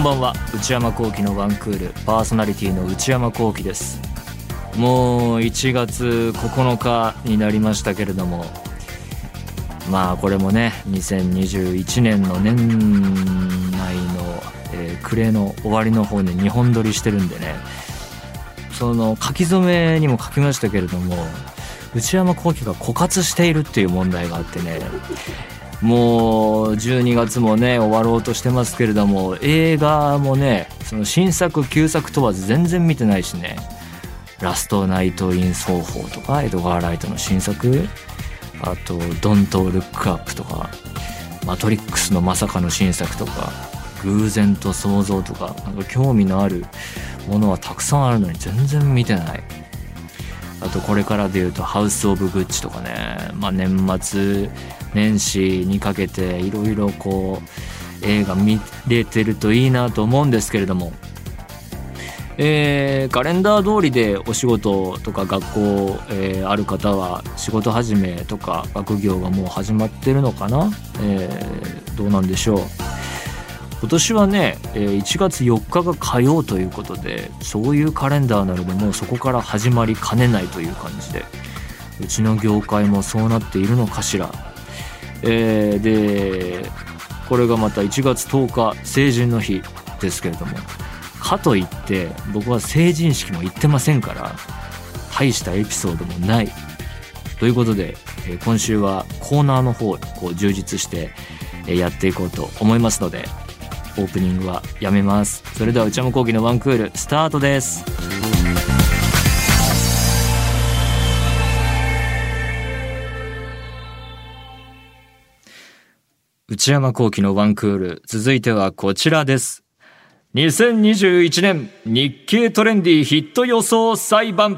んばんは。内山聖輝のワンクールパーソナリティの内山聖輝です。もう1月9日になりましたけれども、まあこれもね2021年の年内の、暮れの終わりの方に2本撮りしてるんでね、その書き初めにも書きましたけれども、内山聖輝が枯渇しているっていう問題があってね、もう12月もね終わろうとしてますけれども、映画もねその新作旧作問わず全然見てないしね、ラストナイト・イン奏法とかエドガー・ライトの新作、あとドント・ルック・アップとかマトリックスのまさかの新作とか偶然と想像とか、なんか興味のあるものはたくさんあるのに全然見てない。あとこれからでいうとハウス・オブ・グッチとかね、年末年始にかけていろいろこう映画見れてるといいなと思うんですけれども、カレンダー通りでお仕事とか学校、ある方は仕事始めとか学業がもう始まってるのかな、どうなんでしょう。今年はね、1月4日が火曜ということで、そういうカレンダーなのでもうそこから始まりかねないという感じで、うちの業界もそうなっているのかしら。でこれがまた1月10日成人の日ですけれども、かといって僕は成人式も行ってませんから、大したエピソードもないということで、今週はコーナーの方こう充実してやっていこうと思いますので、オープニングはやめます。それでは内山聖輝のワンクールスタートです。内山聖輝のワンクール、続いてはこちらです。2021年日経トレンディヒット予想裁判。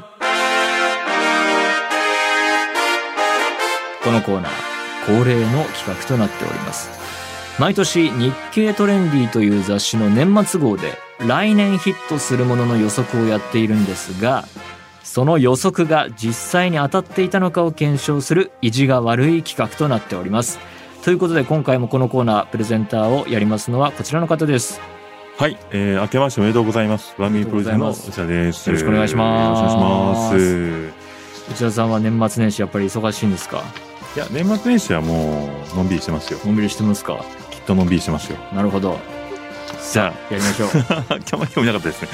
このコーナー恒例の企画となっております。毎年日経トレンディという雑誌の年末号で来年ヒットするものの予測をやっているんですが、その予測が実際に当たっていたのかを検証する意地が悪い企画となっております。ということで今回もこのコーナープレゼンターをやりますのはこちらの方です。 はい、明けましておめでとうございます。番組プロデューサーの内田です。 よろしくお願いします。 よろしくお願いします。 内田さんは年末年始やっぱり忙しいんですか？ いや、年末年始はもうのんびりしてますよ。 のんびりしてますか？ きっとのんびりしてますよ。 なるほど。 じゃあやりましょう。 今日もなかったですね。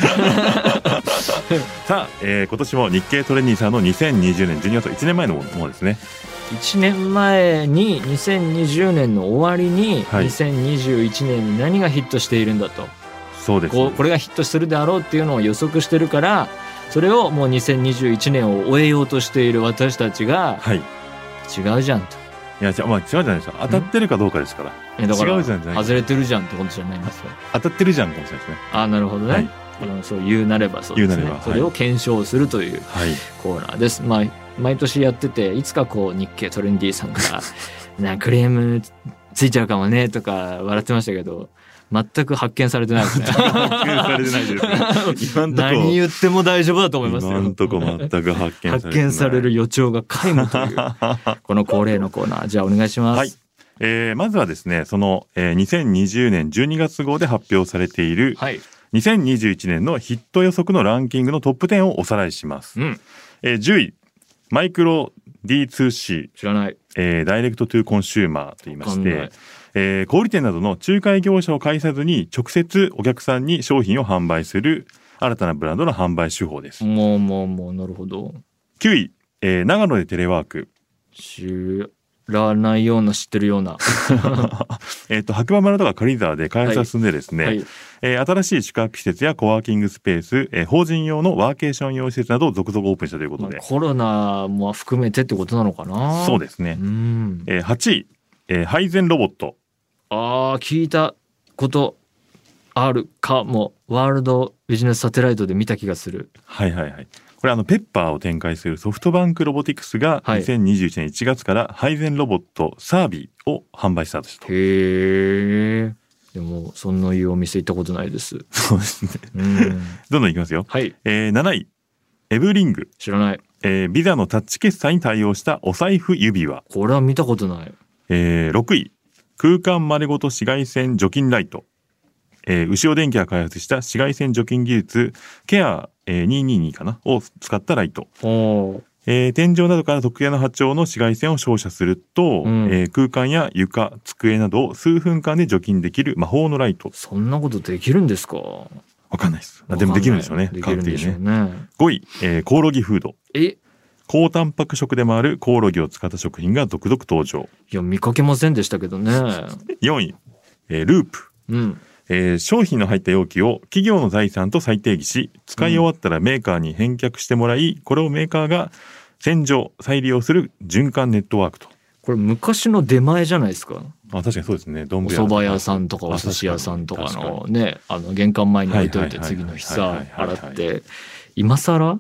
さあ、今年も日経トレンディさんの2020年12月1年前のものですね。 1年前に2020年の終わりに、はい、2021年に何がヒットしているんだと、 そうです、 これがヒットするであろうっていうのを予測してるから、それをもう2021年を終えようとしている私たちが、はい、違うじゃんと。 いや、違うじゃないですか。当たってるかどうかですから。 だから違うじゃんじゃない、 外れてるじゃんってことじゃないんですよ。 当たってるじゃんかもしれないですね。 あ、なるほどね、はい、そう言うなればそうですね。それを検証するというコーナーです、はい。毎年やってて、いつかこう日経トレンディさんからクレームついちゃうかもねとか笑ってましたけど、全く発見されてないですね。 発見されてないですね。今んとこ何言っても大丈夫だと思いますよ。 今んとこ全く発見される予兆が皆無というこの恒例のコーナー、じゃあお願いします。 はい、まずはですね、その、2020年12月号で発表されている、はい、2021年のヒット予測のランキングのトップ10をおさらいします。10位マイクロ D2C、 知らない、 ダイレクトトゥーコンシューマーと言いまして、小売店などの仲介業者を介さずに直接お客さんに商品を販売する新たなブランドの販売手法です。 もうなるほど。 9位、長野でテレワーク。 知らないような知ってるような白馬村とか軽井沢で開発が進んでですね、はいはい、新しい宿泊施設やコワーキングスペース、法人用のワーケーション用施設などを続々オープンしたということで、 コロナも含めてってことなのかな。 そうですね。8位、配膳ロボット。 聞いたことあるかも。ワールドビジネスサテライトで見た気がする。 はいはいはい。これペッパーを展開するソフトバンクロボティクスが2021年1月から配膳ロボットサービーを販売スタートしたと。 へー。でもそんないうお店行ったことないです。 そうですね。どんどんいきますよ。はい。7位エブリング。 知らない。 ビザのタッチ決済に対応したお財布指輪。 これは見たことない。 6位空間丸ごと紫外線除菌ライト。 牛尾電機が開発した紫外線除菌技術ケア222かなを使ったライト。天井などから特定の波長の紫外線を照射すると、空間や床、机などを数分間で除菌できる魔法のライト。 そんなことできるんですか？ わかんないです。でもできるんでしょうね。 できるんでしょうね。 5位、コオロギフード。高タンパク食でもあるコオロギを使った食品が続々登場。 いや見かけませんでしたけどね。 4位、ループ。商品の入った容器を企業の財産と再定義し、使い終わったらメーカーに返却してもらい、これをメーカーが洗浄再利用する循環ネットワークと。 これ昔の出前じゃないですか？ 確かにそうですね。 お蕎麦屋さんとかお寿司屋さんとかのね、玄関前に置いといて次の日さ洗って、今更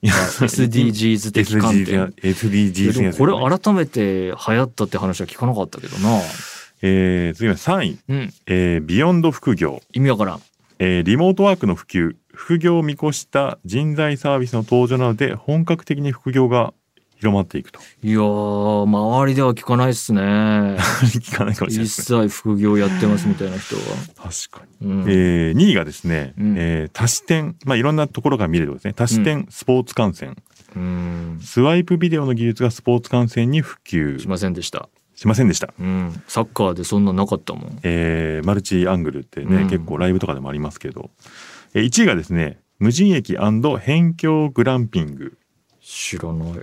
SDGs 的観点。 SDGs でもこれ改めて流行ったって話は聞かなかったけどな。 次は3位、ビヨンド副業。 意味わからん。 リモートワークの普及、副業を見越した人材サービスの登場などで本格的に副業が広まっていくと。 いやー、周りでは聞かないっすね。 聞かないかもしれないですね。 一切副業やってますみたいな人は。 確かに。2位がですね、多視点、いろんなところが見れるですね。多視点スポーツ観戦。スワイプビデオの技術がスポーツ観戦に普及しませんでした。 サッカーでそんななかったもん。 マルチアングルってね、結構ライブとかでもありますけど、1位がですね、無人駅&辺境グランピング。 知らない。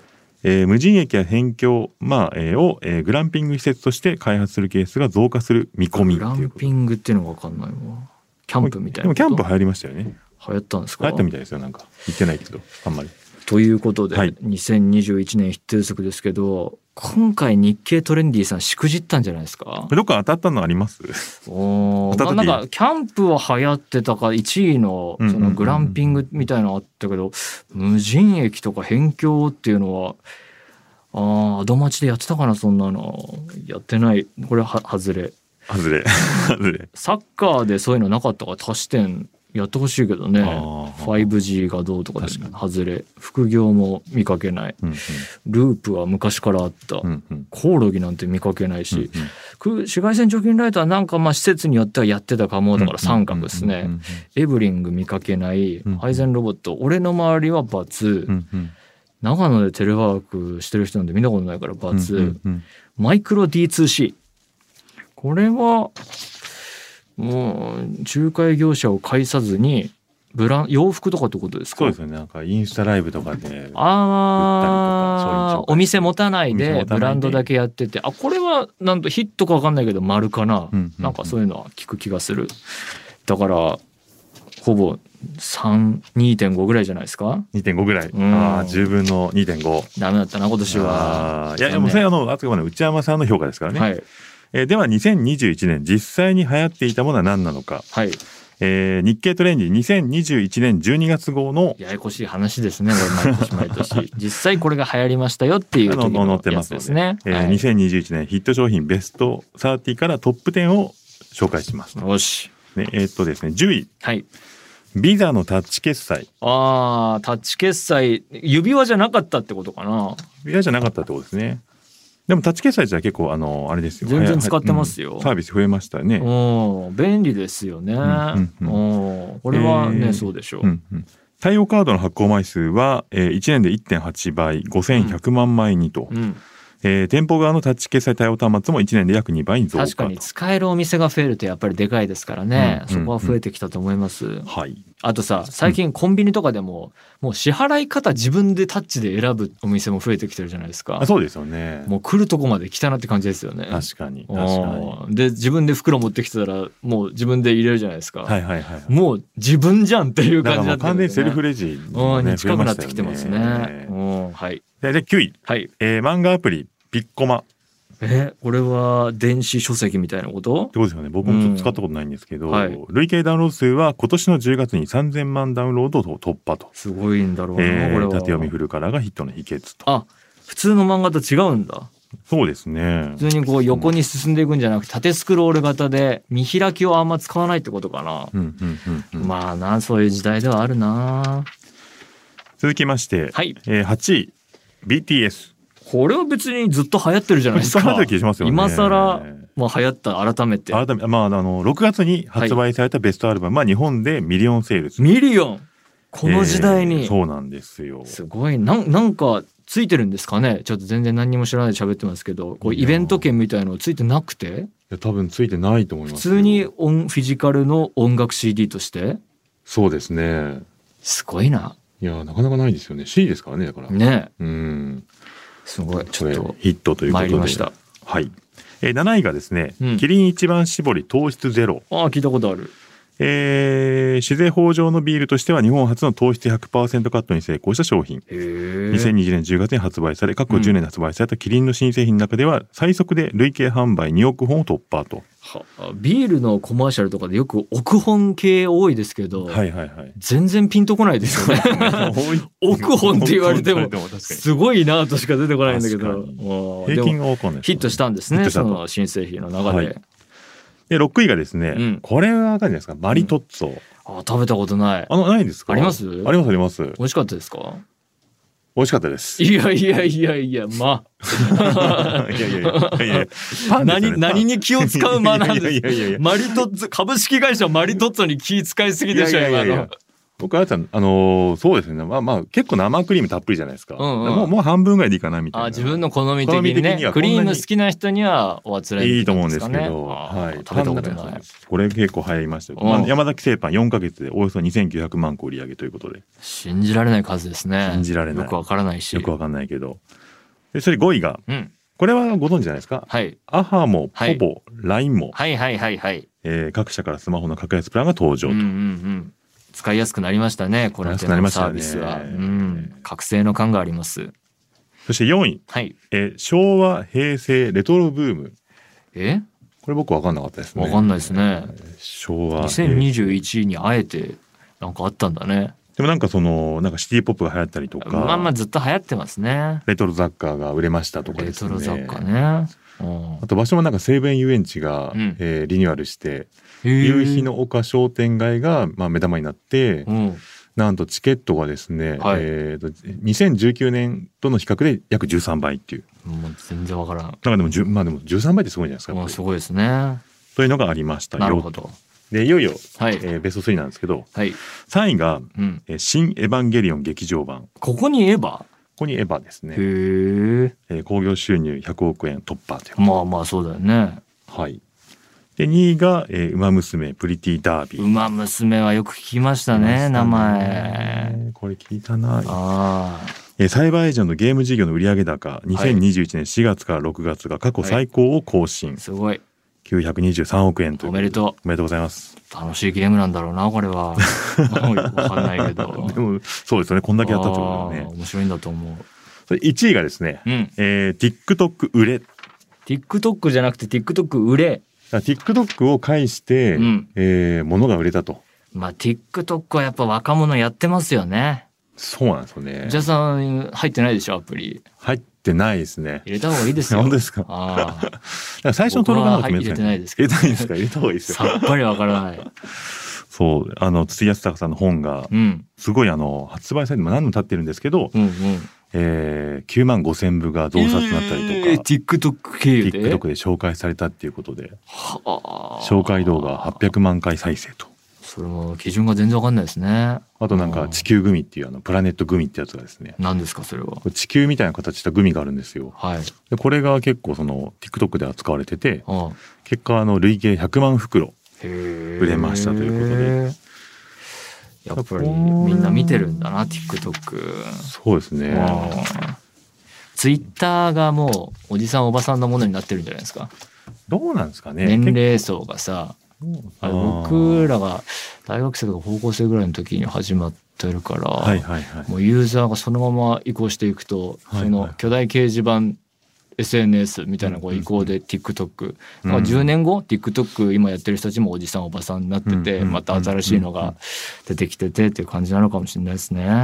無人駅や辺境、を、グランピング施設として開発するケースが増加する見込み。 グランピングっていうのが分かんないわ。キャンプみたいな。 でもキャンプ流行りましたよね。 流行ったんですか？ 流行ったみたいですよ。なんか行ってないけどあんまり。 ということで、2021年ヒット予測ですけど、今回日経トレンディさんしくじったんじゃないですか？ どっか当たったのあります？ なんかキャンプは流行ってたか、1位のそのグランピングみたいなのあったけど、無人駅とか辺境っていうのはアドマチでやってたかな。そんなのやってない。これは外れ。サッカーでそういうのなかったから多視点やってほしいけどね。5G がどうとかで外れ。副業も見かけない、ループは昔からあった、コオロギなんて見かけないし、紫外線除菌ライトはなんか施設によってはやってたかも。だから三角ですね。エブリング見かけない、配膳ロボット、俺の周りは×、長野でテレワークしてる人なんて見たことないから×、マイクロ D2C、 これはもう仲介業者を介さずに洋服とかってことですか？ そうですよね。なんかインスタライブとかで売ったりとか、お店持たないでブランドだけやってて、これはなんとヒットか分かんないけど丸かな、なんかそういうのは聞く気がする。だからほぼ2.5 ぐらいじゃないですか。 2.5 ぐらい。10分の 2.5。 ダメだったな今年は。 いやもうそれあくまで内山さんの評価ですからね。では2021年実際に流行っていたものは何なのか。日経トレンディ2021年12月号のややこしい話ですね。毎年実際これが流行りましたよっていう時のやつですね。 2021年ヒット商品ベスト30からトップ10を紹介します。 よし。 ですね、10位。ビザのタッチ決済。 タッチ決済、指輪じゃなかったってことかな。 指輪じゃなかったってことですね。でもタッチ決済じゃ結構あれですよ。 全然使ってますよ。 サービス増えましたよね。 便利ですよね。これはね、そうでしょう。 対応カードの発行枚数は1年で 1.8 倍、5100万枚にと。店舗側のタッチ決済対応端末も1年で約2倍に増加と。 確かに使えるお店が増えるとやっぱりでかいですからね、そこは増えてきたと思います。あとさ、最近コンビニとかでももう支払い方自分でタッチで選ぶお店も増えてきてるじゃないですか。 そうですよね。 もう来るとこまで来たなって感じですよね。 確かにで自分で袋持ってきてたらもう自分で入れるじゃないですか。もう自分じゃんっていう感じになってる、 完全にセルフレジに近くなってきてますね。 で9位、漫画アプリピッコマ。 これは電子書籍みたいなことってことですよね。僕もちょっと使ったことないんですけど、累計ダウンロード数は今年の10月に3000万ダウンロードを突破と。 すごいんだろうな、これは。 縦読みフルカラーがヒットの秘訣と。 普通の漫画と違うんだ。 そうですね。 普通にこう横に進んでいくんじゃなくて縦スクロール型で見開きをあんま使わないってことかな。そういう時代ではあるな。 続きまして、8位 BTS。 これは別にずっと流行ってるじゃないですか。 今更まあ流行った改めて。 まあ6月に発売されたベストアルバムは日本でミリオンセールス。 ミリオン。この時代に。 そうなんですよ。 すごいなんかついてるんですかね。ちょっと全然何にも知らないで喋ってますけど、こうイベント券みたいのついてなくて。 いや多分ついてないと思います。 普通にフィジカルの音楽 CD として。 そうですね。 すごいな。 いやなかなかないですよね。CD ですからね。だからね。 すごいちょっとヒットということで。 参りました。 はい。7位がですね、キリン一番搾り糖質ゼロ。 聞いたことある。 酒税法上のビールとしては日本初の糖質 100% カットに成功した商品。2020年10月に発売され、過去10年に発売されたキリンの新製品の中では最速で累計販売2億本を突破と。 ビールのコマーシャルとかでよく億本系多いですけど、全然ピンとこないですよね。億本って言われてもすごいなとしか出てこないんだけど、 平均が分かんない。 ヒットしたんですね、その新製品の中で。 で6位がですね、これは分かるじゃないですか、マリトッツォ。 食べたことない。 ないですか？ あります？ ありますあります。 美味しかったですか？ 美味しかったです。 いやまあ何に気を使う間なんですか？マリトッツォ株式会社マリトッツォに気使いすぎでしょ今の。 僕はそうですね、まあ結構生クリームたっぷりじゃないですか。もう半分ぐらいでいいかなみたいな。 自分の好み的にね、クリーム好きな人にはおあつらいいいと思うんですけど、 食べたことない。 これ結構流行りましたよ。山崎製パン4ヶ月でおよそ2900万個売り上げということで。 信じられない数ですね。 信じられない。 よくわからないし。 よくわかんないけど。でそれ5位が、これはご存知じゃないですか。アハもポボ、LINE も各社からスマホの格安プランが登場と。 使いやすくなりましたね、このサービスは。覚醒の感があります。 そして4位、昭和平成レトロブーム。これ僕分かんなかったですね。 分かんないですね。 昭和 2021にあえてなんかあったんだね。 でもなんかシティポップが流行ったりとか、 ずっと流行ってますね。 レトロ雑貨が売れましたとかですね。 レトロ雑貨ね。 あと場所もなんか西武園遊園地が、リニューアルして夕日の丘商店街が目玉になって、なんとチケットがですね、2019年との比較で約13倍っていう。 もう全然わからん。 なんかでも13倍ってすごいじゃないですか。 すごいですね。 というのがありましたよ。 なるほど。 でいよいよ、ベスト3なんですけど、3位が、新エヴァンゲリオン劇場版。 ここにエヴァ？ ここにエヴァですね。興行収入100億円突破という。 まあそうだよね。 で2位が、ウマ娘プリティダービー。 ウマ娘はよく聞きましたね、名前。 これ聞いたな。サイバーエージェントのゲーム事業の売上高2021年4月から6月が過去最高を更新。 すごい。 923億円という。 おめでとう。 おめでとうございます。 楽しいゲームなんだろうなこれは。わかんないけど。 でもそうですよね、こんだけやったってことだよね。 面白いんだと思う。 それ1位がですね、TikTok 売れ。 TikTok じゃなくて TikTok 売れ。 TikTok を介して、物が売れたと。 TikTok はやっぱ若者やってますよね。 そうなんですよね。 じゃあさん入ってないでしょアプリ。 入ってないですね。 入れた方がいいですよ。 本当ですか。最初の登録が入れてないですけど。 入れたいですか。入れた方がいいですよ。 さっぱりわからない。 そう筒井康隆さんの本が、すごい発売されて何年経ってるんですけど、9万5,000部が増刷になったりとか、 TikTok 経由で TikTok で紹介されたっていうことで、紹介動画800万回再生と。 それも基準が全然わかんないですね。 あとなんか地球グミっていうプラネットグミってやつがですね。 何ですかそれは。 地球みたいな形したグミがあるんですよ。でこれが結構TikTok で扱われてて、結果累計100万袋売れましたということで。 やっぱりみんな見てるんだな TikTok。 そうですね。 Twitter がもうおじさんおばさんのものになってるんじゃないですか。 どうなんですかね。 年齢層がさ、僕らが大学生とか高校生ぐらいの時に始まってるから、もうユーザーがそのまま移行していくと、その巨大掲示板SNS みたいな移行で TikTok、10年後 TikTok 今やってる人たちもおじさんおばさんになってて、また新しいのが出てきててっていう感じなのかもしれないですね。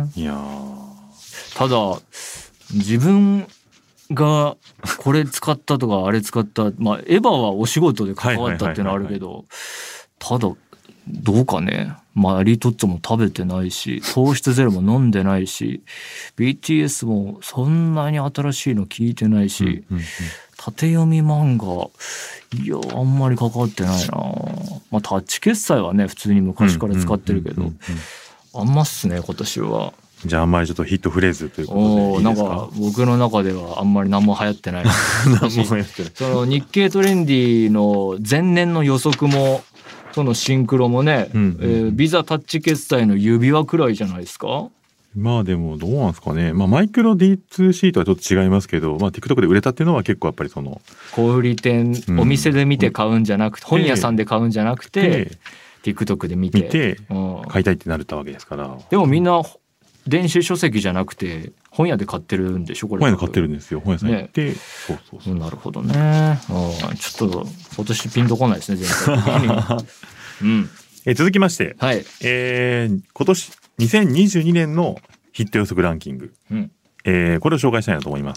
ただ自分がこれ使ったとかあれ使った、エヴァはお仕事で関わったっていうのはあるけど、ただどうかね、 マリトッツォも食べてないし、糖質ゼロも飲んでないし、 BTS もそんなに新しいの聞いてないし、縦読み漫画いやあんまり関わってないな。まあタッチ決済はね普通に昔から使ってるけど、あんまっすね今年は。 じゃああんまりちょっとヒットフレーズということでいいですか？ なんか僕の中ではあんまり何も流行ってない何も流行ってないその日経トレンディの前年の予測もそのシンクロもね、ビザタッチ決済の指輪くらいじゃないですか。 まあでもどうなんですかね。まあマイクロ D2C とはちょっと違いますけど、まあ TikTok で売れたっていうのは結構やっぱりその小売店、お店で見て買うんじゃなくて、本屋さんで買うんじゃなくて、TikTok で見て買いたいってなったわけですから。でもみんな電子書籍じゃなくて本屋で買ってるんでしょこれ。 本屋で買ってるんですよ。本屋さん行って、 そうなるほどね。ちょっと今年ピンとこないですね全体的に。 続きまして、 はい、 今年2022年のヒット予測ランキング、これを紹介したいなと思います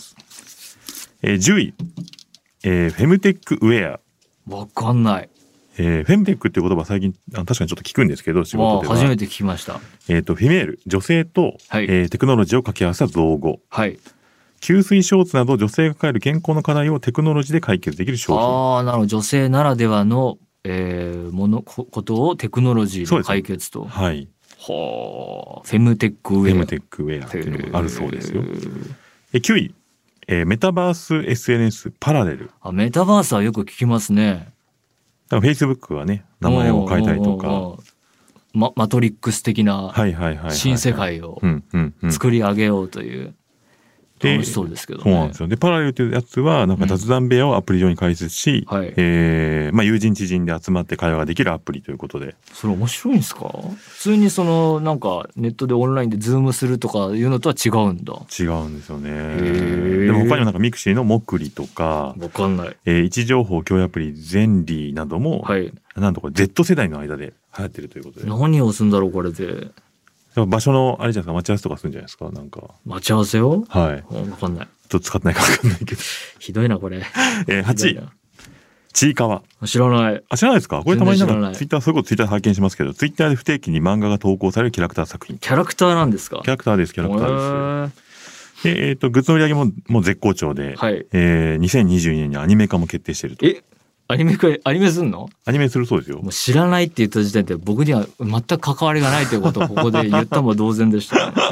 。10位、フェムテックウェア。わかんない。 フェムテックっていう言葉最近確かにちょっと聞くんですけど、仕事では初めて聞きました。 フィメール女性と、テクノロジーを掛け合わせた造語、吸水ショーツなど女性が抱える健康の課題をテクノロジーで解決できる商品。 なるほど。女性ならではの、ことをテクノロジーで解決と。 はい。 フェムテックウェア。 フェムテックウェアっていうのがあるそうですよ。9位、メタバース SNS パラレル。 メタバースはよく聞きますね。 フェイスブックはね名前を変えたりとか、 マトリックス的な新世界を作り上げようという楽しそうですけどね。 そうなんですよ。でパラレルっていうやつはなんか雑談部屋をアプリ上に開設し、友人知人で集まって会話ができるアプリということで。 それ面白いんですか？普通にそのなんかネットでオンラインでズームするとかいうのとは違うんだ。 違うんですよね。でも他にもなんかミクシーのモクリとか、 わかんない。 位置情報共有アプリゼンリーなども、なんとか Z 世代の間で流行ってるということで。 何をするんだろうこれで。 場所のあれじゃないですか、待ち合わせとかするんじゃないですか。なんか待ち合わせを、 はい、 分かんない。 ちょっと使ってないか分かんないけどひどいなこれ。 8位ちいかわ。 知らない。 知らないですか？これたまになんかツイッター、そういうことツイッターで拝見しますけど、ツイッターで不定期に漫画が投稿されるキャラクター作品。 キャラクターなんですか？ キャラクターです。キャラクターです。でグッズの売り上げも絶好調で、2022年にアニメ化も決定していると。 アニメすんの？ アニメするそうですよ。 もう知らないって言った時点で僕には全く関わりがないということをここで言ったも同然でしたね。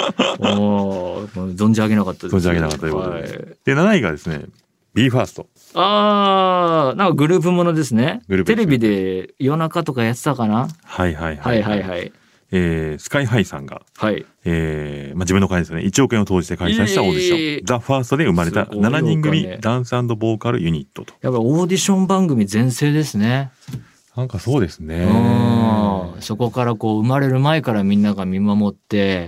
存じ上げなかったです。 存じ上げなかったということで。で7位がですね、BE:FIRST。 なんかグループものですね。テレビで夜中とかやってたかな。 はい。スカイハイさんが、自分の会ですね、1億円を投じて開催したオーディション、ザ・ファーストで生まれた7人組ダンス&ボーカルユニットと。 やっぱオーディション番組全盛ですね。 なんかそうですね。 そこからこう生まれる前からみんなが見守って、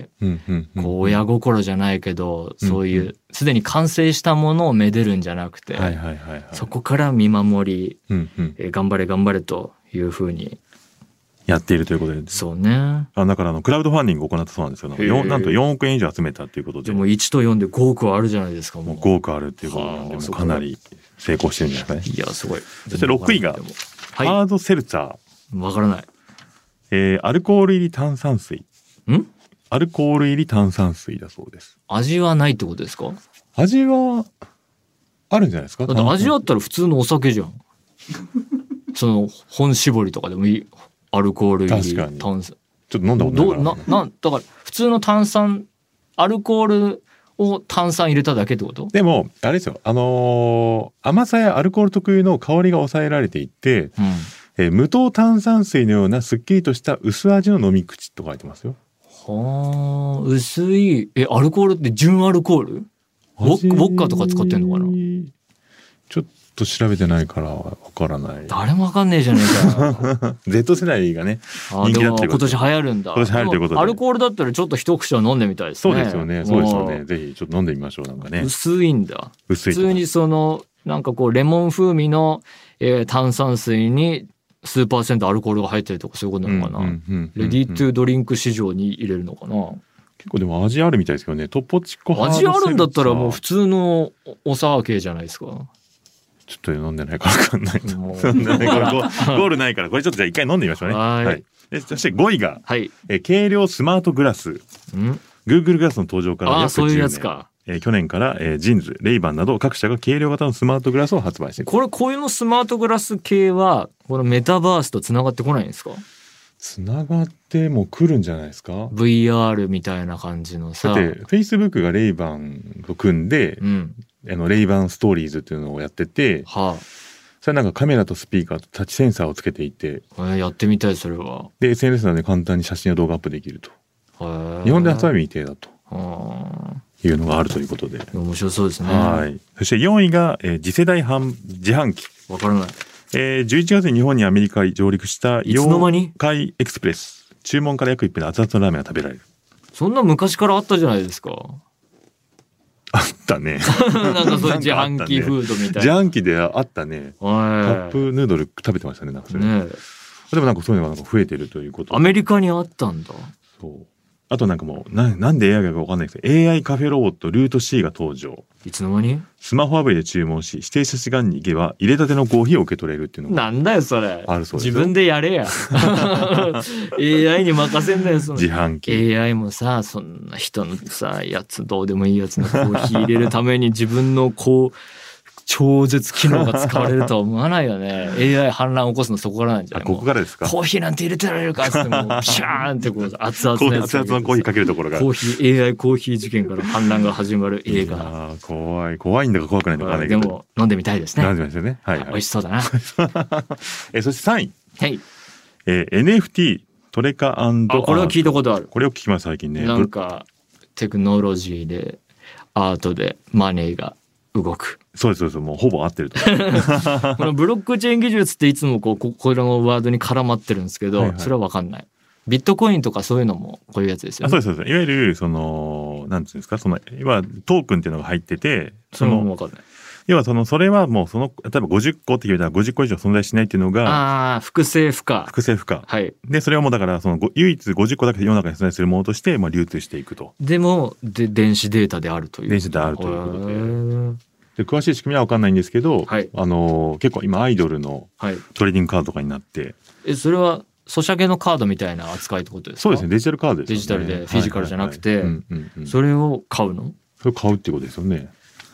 こう親心じゃないけど、そういうすでに完成したものをめでるんじゃなくて、そこから見守り、頑張れ頑張れというふうにやっているということで。 そうね。 だからクラウドファンディングを行ったそうなんですよ。なんと4億円以上集めたということで。 でも1と4で5億はあるじゃないですか。もう 5億あるっていうことなんで、もうかなり成功してるんじゃないですかね。 いやすごい。 そして6位がハードセルツァー。 わからない。 アルコール入り炭酸水。アルコール入り炭酸水だそうです。 味はないってことですか？ 味はあるんじゃないですか？ だって味あったら普通のお酒じゃん。その本搾りとかでもいい。アルコール入り炭酸。ちょっと飲んだことないから。 だから普通の炭酸、アルコールを炭酸入れただけってこと？ でもあれですよ。甘さやアルコール特有の香りが抑えられていて、無糖炭酸水のようなすっきりとした薄味の飲み口と書いてますよ。 薄い。アルコールって純アルコール？ウォッカとか使ってんのかな？ ちょっと調べてないからわからない。 誰もわかんねえじゃねえか。 Z 世代がね人気だって今年流行るんだ。 今年流行るということで。 アルコールだったらちょっと一口は飲んでみたいですね。 そうですよね。そうですよね。ぜひちょっと飲んでみましょう。なんかね。 薄いんだ。 薄い。 普通にそのなんかこうレモン風味の、炭酸水に数%アルコールが入ってるとかそういうことなのかな。レディートゥドリンク市場に入れるのかな。 結構でも味あるみたいですけどね。トポチコハードセルツァー。 味あるんだったらもう普通のお酒じゃないですか。 ちょっと飲んでないから分かんない。ゴールないからこれちょっとじゃあ一回飲んでみましょうね。はい。 そして5位が、 はい、 軽量スマートグラス。Google グラスの登場から約10年。 そういうやつか。 去年から、ジーンズ、レイバンなど各社が軽量型のスマートグラスを発売している。 こういうのスマートグラス系はこのメタバースとつながってこないんですか？ つながっても来るんじゃないですか？ VR みたいな感じのさ。 だって Facebook がレイバンと組んで、レイバンストーリーズっていうのをやってて、それなんかカメラとスピーカーとタッチセンサーをつけていて、 やってみたい。それはで SNS なので簡単に写真や動画アップできると。日本で発売未定だというのがあるということで、 面白そうですね。 はい。そして4位が、次世代自販機。 わからない。 11月に日本にアメリカ上陸した妖怪エクスプレス。注文から約1分で熱々のラーメンが食べられる。 そんな昔からあったじゃないですか。 あったね。 なんかそういう自販機フードみたいな。 自販機であったね。カップヌードル食べてましたね。なんかそれね。でもなんかそういうのがなんか増えてるということ。 アメリカにあったんだ。 そう。あとなんかもうなんで AI が分かんないですけど AI カフェロボットルート C が登場。 いつの間に？スマホアプリで注文し指定した時間に行けば入れたてのコーヒーを受け取れるっていうのがなんだよそれ。 あるそうです。 自分でやれや。AI に任せんだよその自販機。 AI もさそんな人のさやつどうでもいいやつのコーヒー入れるために自分の超絶機能が使われるとは思わないよね。AI 反乱を起こすのそこからなんじゃない？ ここからですか？ コーヒーなんて入れてられるかっつってもうピシャーンってこう熱々のやつ熱々のコーヒーかけるところが AI コーヒー事件から反乱が始まる映画。 怖いんだか怖くないんだか分かんないけど、 でも飲んでみたいですね。 飲んでみたいですよね。はい、はい、 美味しそうだな。 そして3位、 はい、 NFT トレカ&アート。 これは聞いたことある。 これを聞きます最近ね。 なんかテクノロジーでアートでマネーが動く。 そうですもうほぼ合ってるとこのブロックチェーン技術っていつもこれのワードに絡まってるんですけど、それは分かんない。ビットコインとかそういうのもこういうやつですよね。 そうですいわゆるそのなんていうんですか、要はトークンっていうのが入ってて、 それも分かんない。 要はそれはもう例えば50個って決めたら50個以上存在しないっていうのが複製不可。 はい。でそれはもうだから唯一50個だけ世の中に存在するものとして流通していくと。 でも電子データであるという。 電子であるということで詳しい仕組みは分かんないんですけど、結構今アイドルのトレーディングカードとかになって、 それはソシャゲのカードみたいな扱いってことですか？ そうですね、デジタルカードですよね。 デジタルでフィジカルじゃなくてそれを買うの？ それを買うってことですよね。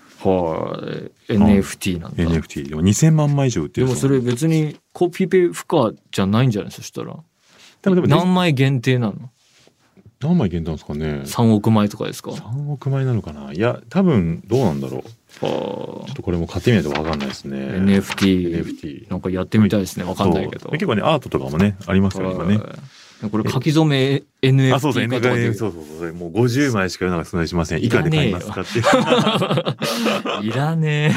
NFT なんだ。 NFT でも2000万枚以上売ってる。 でもそれ別にコピペ不可じゃないんじゃない？そしたら何枚限定なの？ 何枚限定なんですかね。 3億枚とかですか ？3億枚なのかな。いや多分どうなんだろう。ちょっとこれも買ってみないと分かんないですね。 NFT なんかやってみたいですね。分かんないけど結構ねアートとかもねありますから今ね。 これ書き初め NFT そうもう50枚しか世の中存在しません。いくらで買いますかっていらね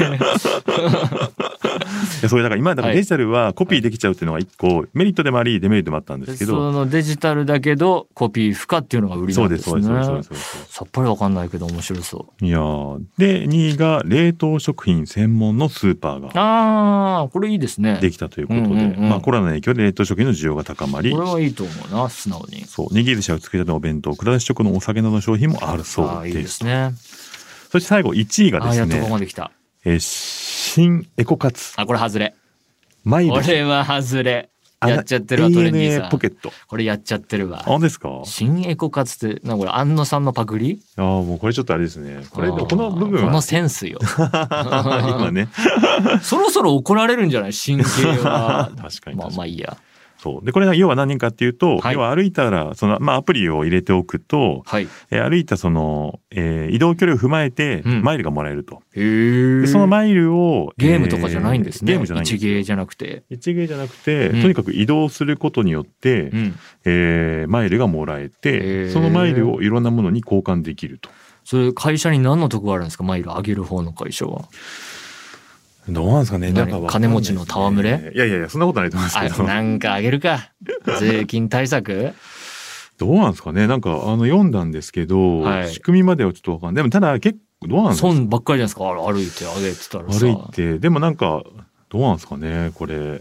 え。それだから今だからデジタルはコピーできちゃうっていうのが一個メリットでもありデメリットもあったんですけど、 そのデジタルだけどコピー不可っていうのが売りなんですね。そうです。さっぱり分かんないけど面白そう。 いやで2位が冷凍食品専門のスーパーがこれいいですね。 できたということで、コロナの影響で冷凍食品の需要が高まり、 これはいいと思うな。素直に握り寿司を作りたてのお弁当、くら寿司食のお酒などの商品もあるそうです。 いいですね。 そして最後1位がですね、 ここまで来た。 新エコカツ。 これ外れ。 これは外れ。やっちゃってるわ。トレンディーさん。 ポケット。 これやっちゃってるわ。 本当ですか？ 新エコカツってこれ安野さんのパクリ？ もうこれちょっとあれですね。この部分はこのセンスよ。 今ね。 そろそろ怒られるんじゃない？新系は。 確かに。 まあいいや。 そうでこれ要は何かっていうと、要は歩いたらアプリを入れておくと、歩いた移動距離を踏まえてマイルがもらえると。でそのマイルをゲームとかじゃないんですね。 ゲームじゃないんです。 一芸じゃなくてとにかく移動することによって、マイルがもらえて、そのマイルをいろんなものに交換できると。 それ会社に何の得があるんですか？マイル上げる方の会社は。 どうなんですかね。 金持ちの戯れ？ いやそんなことないと思いますけど。 なんかあげるか。税金対策？ どうなんですかね。読んだんですけど、仕組みまではちょっとわかんない。でもただ結構どうなんですか。 損ばっかりじゃないですか。歩いてあげてたらさ。 歩いてでもどうなんですかねこれ。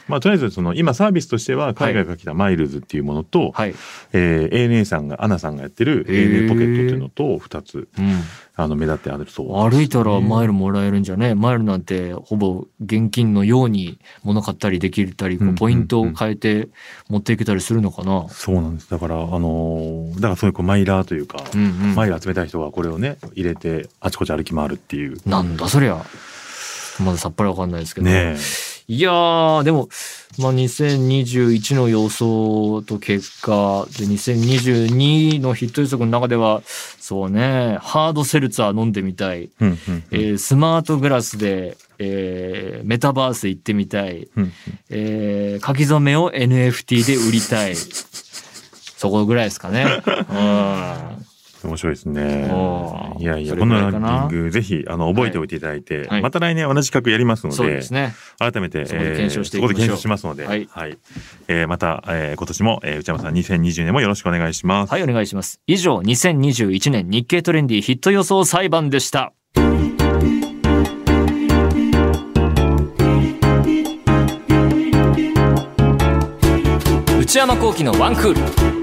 とりあえず今サービスとしては海外から来たマイルズっていうものと、はい、ANA さんがアナさんがやってる ANA ポケットっていうのと2つ、目立ってあるそうです、 歩いたらマイルもらえるんじゃね。マイルなんてほぼ現金のように物買ったりできたり、ポイントを変えて持っていけたりするのかな。 そうなんです。だからそういうマイラーというか、マイル集めたい人はこれをね入れてあちこち歩き回るっていう。 なんだそりゃ。まださっぱりわかんないですけどね。いやーでも、2021の予想と結果で2022のヒット予測の中ではそうね、ハードセルツァー飲んでみたい、スマートグラスで、メタバース行ってみたい、書き初めを NFT で売りたい、そこぐらいですかね。 面白いですね。いやいや、このランキングぜひ覚えておいていただいて、はい、また来年同じ企画やりますので、 そうですね、 改めてそこで検証していきましょう。 そこで検証しますので、はいはい、また、今年も、内山さん2020年もよろしくお願いします。 はい、お願いします。以上、2021年日経トレンディヒット予想裁判でした。内山聖輝のワンクール。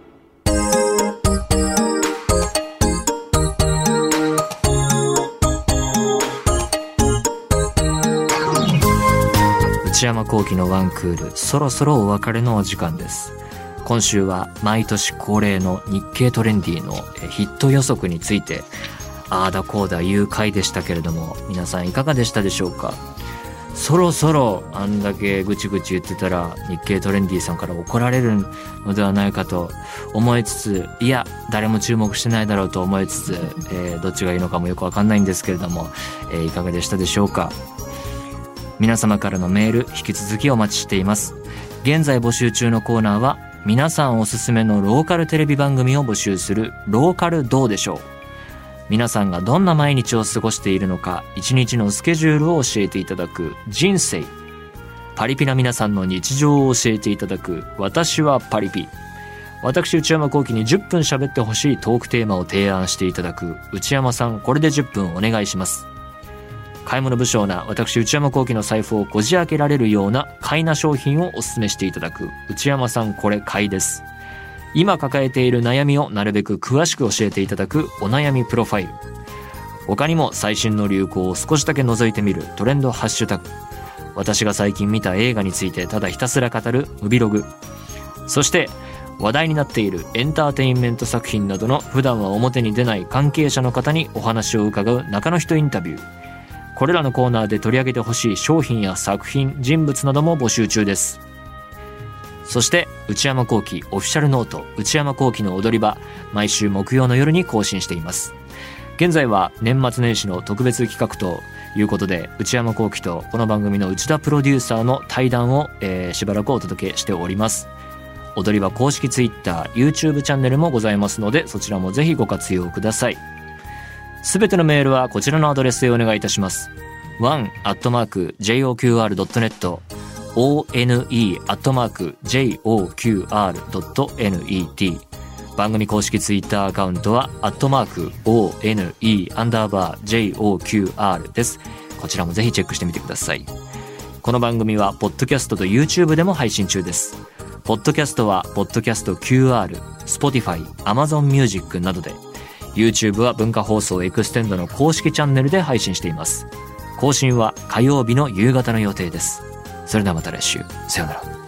内山聖輝のワンクール、そろそろお別れのお時間です。今週は毎年恒例の日経トレンディのヒット予測についてああだこうだ言う回でしたけれども、皆さんいかがでしたでしょうか。そろそろあんだけぐちぐち言ってたら日経トレンディさんから怒られるのではないかと思いつつ、いや誰も注目してないだろうと思いつつ、どっちがいいのかもよくわかんないんですけれども、いかがでしたでしょうか。皆様からのメール引き続きお待ちしています。現在募集中のコーナーは皆さんおすすめのローカルテレビ番組を募集するローカルどうでしょう。皆さんがどんな毎日を過ごしているのか、一日のスケジュールを教えていただく人生。パリピな皆さんの日常を教えていただく私はパリピ。私内山聖輝に10分喋ってほしいトークテーマを提案していただく内山さんこれで10分お願いします。買い物不詳な私内山聖輝の財布をこじ開けられるような買いな商品をお勧めしていただく内山さんこれ買いです。今抱えている悩みをなるべく詳しく教えていただくお悩みプロファイル。他にも最新の流行を少しだけ覗いてみるトレンドハッシュタグ。私が最近見た映画についてただひたすら語るムビログ。そして話題になっているエンターテインメント作品などの普段は表に出ない関係者の方にお話を伺う中の人インタビュー。これらのコーナーで取り上げてほしい商品や作品、人物なども募集中です。そして内山聖輝オフィシャルノート内山聖輝の踊り場、毎週木曜の夜に更新しています。現在は年末年始の特別企画ということで、内山聖輝とこの番組の内田プロデューサーの対談を、しばらくお届けしております。踊り場公式 Twitter、YouTube チャンネルもございますので、そちらもぜひご活用ください。すべてのメールはこちらのアドレスへお願いいたします。one@joqr.net one@joqr.net 番組公式ツイッターアカウントは@one_joqr です。こちらもぜひチェックしてみてください。この番組はポッドキャストと YouTube でも配信中です。ポッドキャストはポッドキャスト QR、Spotify、Amazon Music などで、YouTube は文化放送エクステンドの公式チャンネルで配信しています。更新は火曜日の夕方の予定です。それではまた来週。さようなら。